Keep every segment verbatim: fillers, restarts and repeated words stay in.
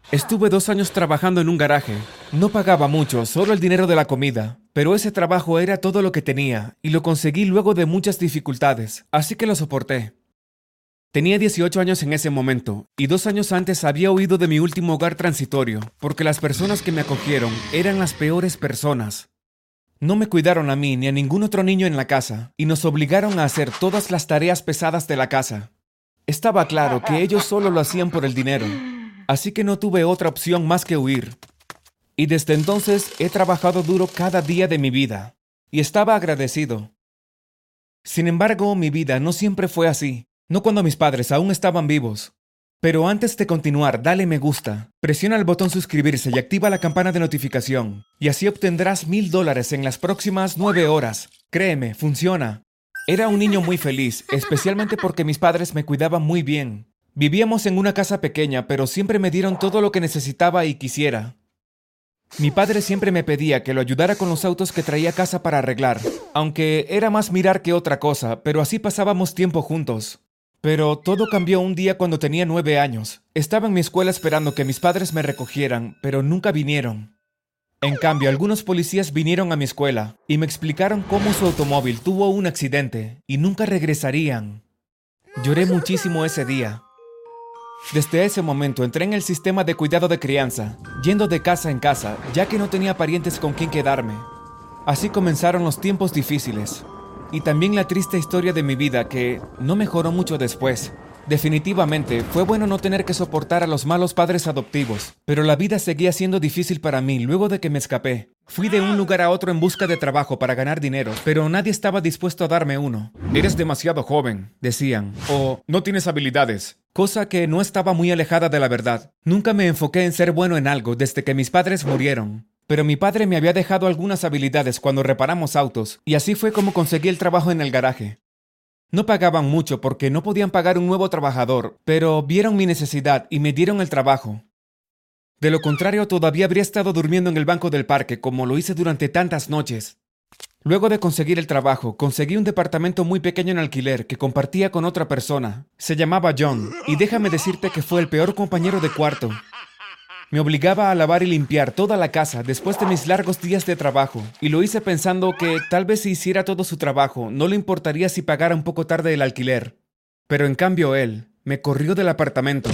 Estuve dos años trabajando en un garaje. No pagaba mucho, solo el dinero de la comida. Pero ese trabajo era todo lo que tenía, y lo conseguí luego de muchas dificultades, así que lo soporté. Tenía dieciocho años en ese momento, y dos años antes había huido de mi último hogar transitorio, porque las personas que me acogieron eran las peores personas. No me cuidaron a mí ni a ningún otro niño en la casa, y nos obligaron a hacer todas las tareas pesadas de la casa. Estaba claro que ellos solo lo hacían por el dinero, así que no tuve otra opción más que huir. Y desde entonces he trabajado duro cada día de mi vida, y estaba agradecido. Sin embargo, mi vida no siempre fue así, no cuando mis padres aún estaban vivos. Pero antes de continuar, dale me gusta, presiona el botón suscribirse y activa la campana de notificación, y así obtendrás mil dólares en las próximas nueve horas. Créeme, funciona. Era un niño muy feliz, especialmente porque mis padres me cuidaban muy bien. Vivíamos en una casa pequeña, pero siempre me dieron todo lo que necesitaba y quisiera. Mi padre siempre me pedía que lo ayudara con los autos que traía a casa para arreglar, aunque era más mirar que otra cosa, pero así pasábamos tiempo juntos. Pero todo cambió un día cuando tenía nueve años. Estaba en mi escuela esperando que mis padres me recogieran, pero nunca vinieron. En cambio, algunos policías vinieron a mi escuela y me explicaron cómo su automóvil tuvo un accidente y nunca regresarían. Lloré muchísimo ese día. Desde ese momento entré en el sistema de cuidado de crianza, yendo de casa en casa, ya que no tenía parientes con quien quedarme. Así comenzaron los tiempos difíciles. Y también la triste historia de mi vida que no mejoró mucho después. Definitivamente, fue bueno no tener que soportar a los malos padres adoptivos, pero la vida seguía siendo difícil para mí luego de que me escapé. Fui de un lugar a otro en busca de trabajo para ganar dinero, pero nadie estaba dispuesto a darme uno. Eres demasiado joven, decían, o no tienes habilidades, cosa que no estaba muy alejada de la verdad. Nunca me enfoqué en ser bueno en algo desde que mis padres murieron. Pero mi padre me había dejado algunas habilidades cuando reparamos autos, y así fue como conseguí el trabajo en el garaje. No pagaban mucho porque no podían pagar un nuevo trabajador, pero vieron mi necesidad y me dieron el trabajo. De lo contrario, todavía habría estado durmiendo en el banco del parque, como lo hice durante tantas noches. Luego de conseguir el trabajo, conseguí un departamento muy pequeño en alquiler que compartía con otra persona. Se llamaba John, y déjame decirte que fue el peor compañero de cuarto. Me obligaba a lavar y limpiar toda la casa después de mis largos días de trabajo, y lo hice pensando que tal vez si hiciera todo su trabajo, no le importaría si pagara un poco tarde el alquiler. Pero en cambio él me corrió del apartamento.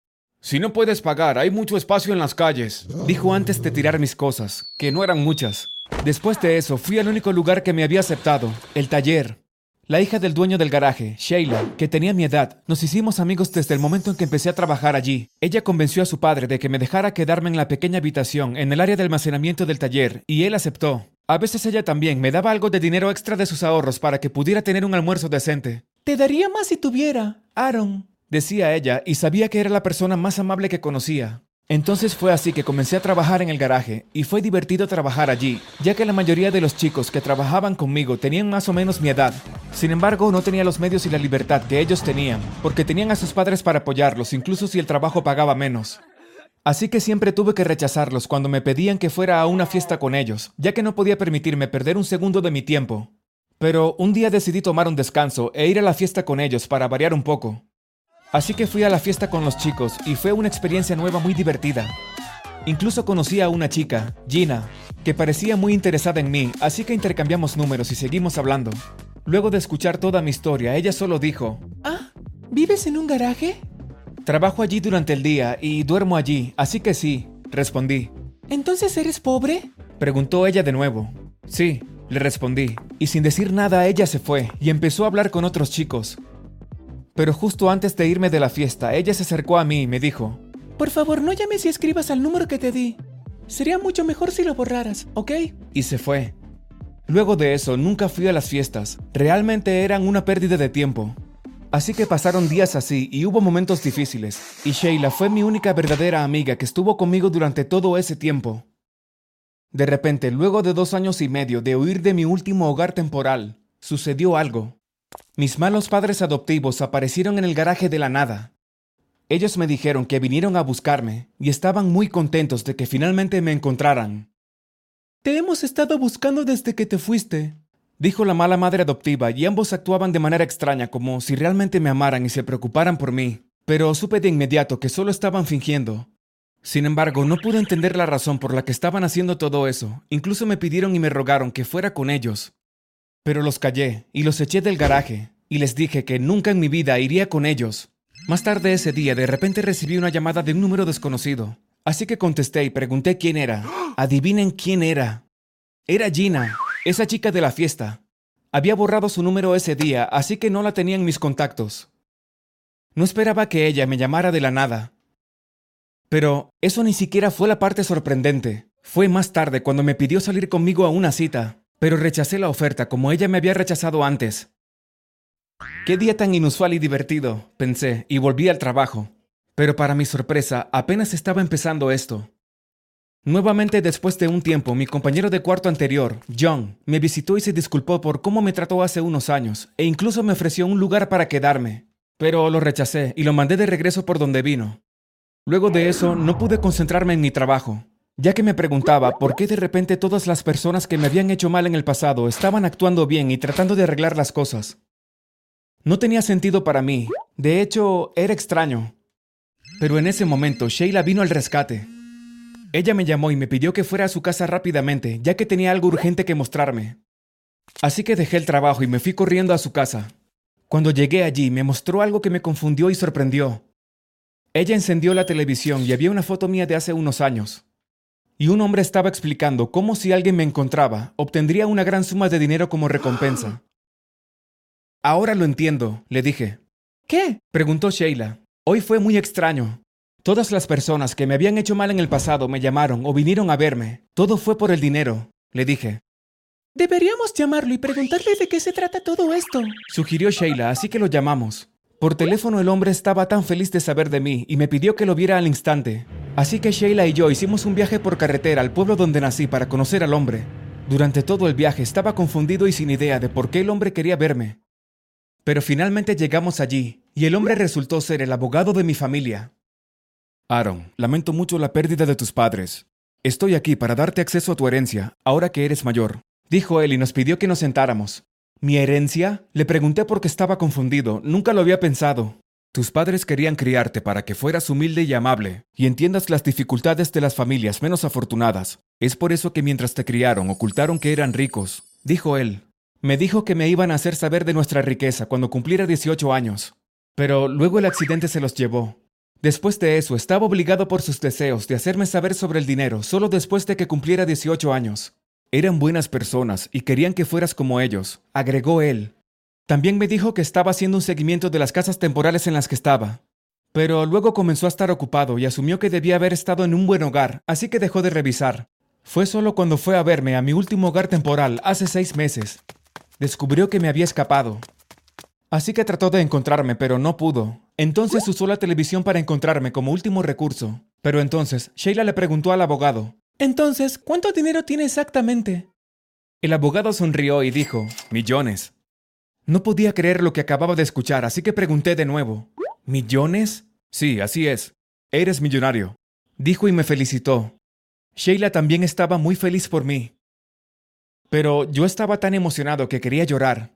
Si no puedes pagar, hay mucho espacio en las calles, dijo antes de tirar mis cosas, que no eran muchas. Después de eso, fui al único lugar que me había aceptado, el taller. La hija del dueño del garaje, Sheila, que tenía mi edad, nos hicimos amigos desde el momento en que empecé a trabajar allí. Ella convenció a su padre de que me dejara quedarme en la pequeña habitación en el área de almacenamiento del taller, y él aceptó. A veces ella también me daba algo de dinero extra de sus ahorros para que pudiera tener un almuerzo decente. «Te daría más si tuviera, Aaron», decía ella, y sabía que era la persona más amable que conocía. Entonces fue así que comencé a trabajar en el garaje, y fue divertido trabajar allí, ya que la mayoría de los chicos que trabajaban conmigo tenían más o menos mi edad. Sin embargo, no tenía los medios y la libertad que ellos tenían, porque tenían a sus padres para apoyarlos, incluso si el trabajo pagaba menos. Así que siempre tuve que rechazarlos cuando me pedían que fuera a una fiesta con ellos, ya que no podía permitirme perder un segundo de mi tiempo. Pero un día decidí tomar un descanso e ir a la fiesta con ellos para variar un poco. Así que fui a la fiesta con los chicos y fue una experiencia nueva muy divertida. Incluso conocí a una chica, Gina, que parecía muy interesada en mí, así que intercambiamos números y seguimos hablando. Luego de escuchar toda mi historia, ella solo dijo: «Ah, ¿vives en un garaje?» «Trabajo allí durante el día y duermo allí, así que sí», respondí. «¿Entonces eres pobre?», preguntó ella de nuevo. «Sí», le respondí, y sin decir nada ella se fue y empezó a hablar con otros chicos. Pero justo antes de irme de la fiesta, ella se acercó a mí y me dijo: «Por favor, no llames y escribas al número que te di. Sería mucho mejor si lo borraras, ¿ok?» Y se fue. Luego de eso, nunca fui a las fiestas. Realmente eran una pérdida de tiempo. Así que pasaron días así y hubo momentos difíciles. Y Sheila fue mi única verdadera amiga que estuvo conmigo durante todo ese tiempo. De repente, luego de dos años y medio de huir de mi último hogar temporal, sucedió algo. Mis malos padres adoptivos aparecieron en el garaje de la nada. Ellos me dijeron que vinieron a buscarme y estaban muy contentos de que finalmente me encontraran. «Te hemos estado buscando desde que te fuiste», dijo la mala madre adoptiva, y ambos actuaban de manera extraña, como si realmente me amaran y se preocuparan por mí. Pero supe de inmediato que solo estaban fingiendo. Sin embargo, no pude entender la razón por la que estaban haciendo todo eso. Incluso me pidieron y me rogaron que fuera con ellos. Pero los callé y los eché del garaje y les dije que nunca en mi vida iría con ellos. Más tarde ese día, de repente recibí una llamada de un número desconocido. Así que contesté y pregunté quién era. Adivinen quién era. Era Gina, esa chica de la fiesta. Había borrado su número ese día, así que no la tenía en mis contactos. No esperaba que ella me llamara de la nada. Pero eso ni siquiera fue la parte sorprendente. Fue más tarde cuando me pidió salir conmigo a una cita, pero rechacé la oferta como ella me había rechazado antes. Qué día tan inusual y divertido, pensé, y volví al trabajo. Pero para mi sorpresa, apenas estaba empezando esto. Nuevamente, después de un tiempo, mi compañero de cuarto anterior, John, me visitó y se disculpó por cómo me trató hace unos años, e incluso me ofreció un lugar para quedarme. Pero lo rechacé y lo mandé de regreso por donde vino. Luego de eso, no pude concentrarme en mi trabajo, ya que me preguntaba por qué de repente todas las personas que me habían hecho mal en el pasado estaban actuando bien y tratando de arreglar las cosas. No tenía sentido para mí. De hecho, era extraño. Pero en ese momento, Sheila vino al rescate. Ella me llamó y me pidió que fuera a su casa rápidamente, ya que tenía algo urgente que mostrarme. Así que dejé el trabajo y me fui corriendo a su casa. Cuando llegué allí, me mostró algo que me confundió y sorprendió. Ella encendió la televisión y había una foto mía de hace unos años. Y un hombre estaba explicando cómo si alguien me encontraba, obtendría una gran suma de dinero como recompensa. Ahora lo entiendo, le dije. ¿Qué? Preguntó Sheila. Hoy fue muy extraño. Todas las personas que me habían hecho mal en el pasado me llamaron o vinieron a verme. Todo fue por el dinero, le dije. Deberíamos llamarlo y preguntarle de qué se trata todo esto, sugirió Sheila, así que lo llamamos. Por teléfono el hombre estaba tan feliz de saber de mí y me pidió que lo viera al instante. Así que Sheila y yo hicimos un viaje por carretera al pueblo donde nací para conocer al hombre. Durante todo el viaje estaba confundido y sin idea de por qué el hombre quería verme. Pero finalmente llegamos allí, y el hombre resultó ser el abogado de mi familia. Aaron, lamento mucho la pérdida de tus padres. Estoy aquí para darte acceso a tu herencia, ahora que eres mayor, dijo él y nos pidió que nos sentáramos. ¿Mi herencia? Le pregunté porque estaba confundido, nunca lo había pensado. Tus padres querían criarte para que fueras humilde y amable, y entiendas las dificultades de las familias menos afortunadas. Es por eso que mientras te criaron ocultaron que eran ricos, dijo él. Me dijo que me iban a hacer saber de nuestra riqueza cuando cumpliera dieciocho años. Pero luego el accidente se los llevó. Después de eso, estaba obligado por sus deseos de hacerme saber sobre el dinero solo después de que cumpliera dieciocho años. Eran buenas personas y querían que fueras como ellos, agregó él. También me dijo que estaba haciendo un seguimiento de las casas temporales en las que estaba. Pero luego comenzó a estar ocupado y asumió que debía haber estado en un buen hogar, así que dejó de revisar. Fue solo cuando fue a verme a mi último hogar temporal hace seis meses. Descubrió que me había escapado. Así que trató de encontrarme, pero no pudo. Entonces usó la televisión para encontrarme como último recurso. Pero entonces, Sheila le preguntó al abogado. Entonces, ¿cuánto dinero tiene exactamente? El abogado sonrió y dijo, millones. No podía creer lo que acababa de escuchar, así que pregunté de nuevo. ¿Millones? Sí, así es. Eres millonario. Dijo y me felicitó. Sheila también estaba muy feliz por mí. Pero yo estaba tan emocionado que quería llorar.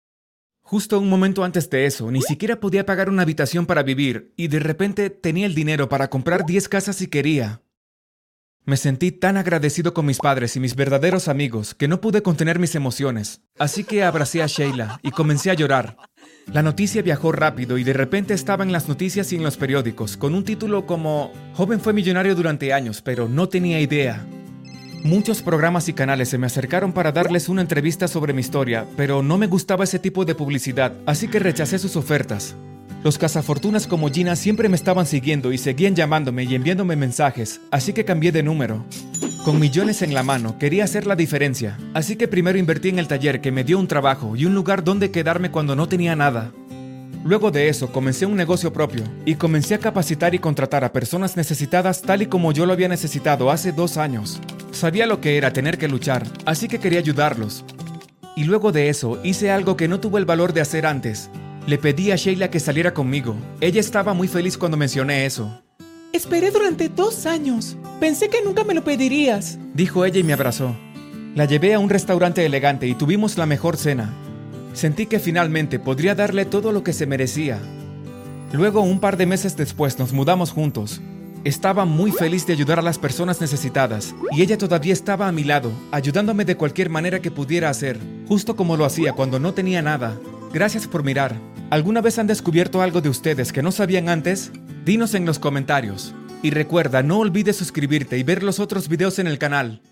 Justo un momento antes de eso, ni siquiera podía pagar una habitación para vivir, y de repente tenía el dinero para comprar diez casas si quería. Me sentí tan agradecido con mis padres y mis verdaderos amigos que no pude contener mis emociones, así que abracé a Sheila y comencé a llorar. La noticia viajó rápido y de repente estaba en las noticias y en los periódicos, con un título como «Joven fue millonario durante años, pero no tenía idea». Muchos programas y canales se me acercaron para darles una entrevista sobre mi historia, pero no me gustaba ese tipo de publicidad, así que rechacé sus ofertas. Los cazafortunas como Gina siempre me estaban siguiendo y seguían llamándome y enviándome mensajes, así que cambié de número. Con millones en la mano, quería hacer la diferencia, así que primero invertí en el taller que me dio un trabajo y un lugar donde quedarme cuando no tenía nada. Luego de eso, comencé un negocio propio y comencé a capacitar y contratar a personas necesitadas tal y como yo lo había necesitado hace dos años. Sabía lo que era tener que luchar, así que quería ayudarlos. Y luego de eso, hice algo que no tuve el valor de hacer antes. Le pedí a Sheila que saliera conmigo. Ella estaba muy feliz cuando mencioné eso. Esperé durante dos años. Pensé que nunca me lo pedirías, dijo ella y me abrazó. La llevé a un restaurante elegante y tuvimos la mejor cena. Sentí que finalmente podría darle todo lo que se merecía. Luego, un par de meses después, nos mudamos juntos. Estaba muy feliz de ayudar a las personas necesitadas, y ella todavía estaba a mi lado, ayudándome de cualquier manera que pudiera hacer, justo como lo hacía cuando no tenía nada. Gracias por mirar. ¿Alguna vez han descubierto algo de ustedes que no sabían antes? Dinos en los comentarios. Y recuerda, no olvides suscribirte y ver los otros videos en el canal.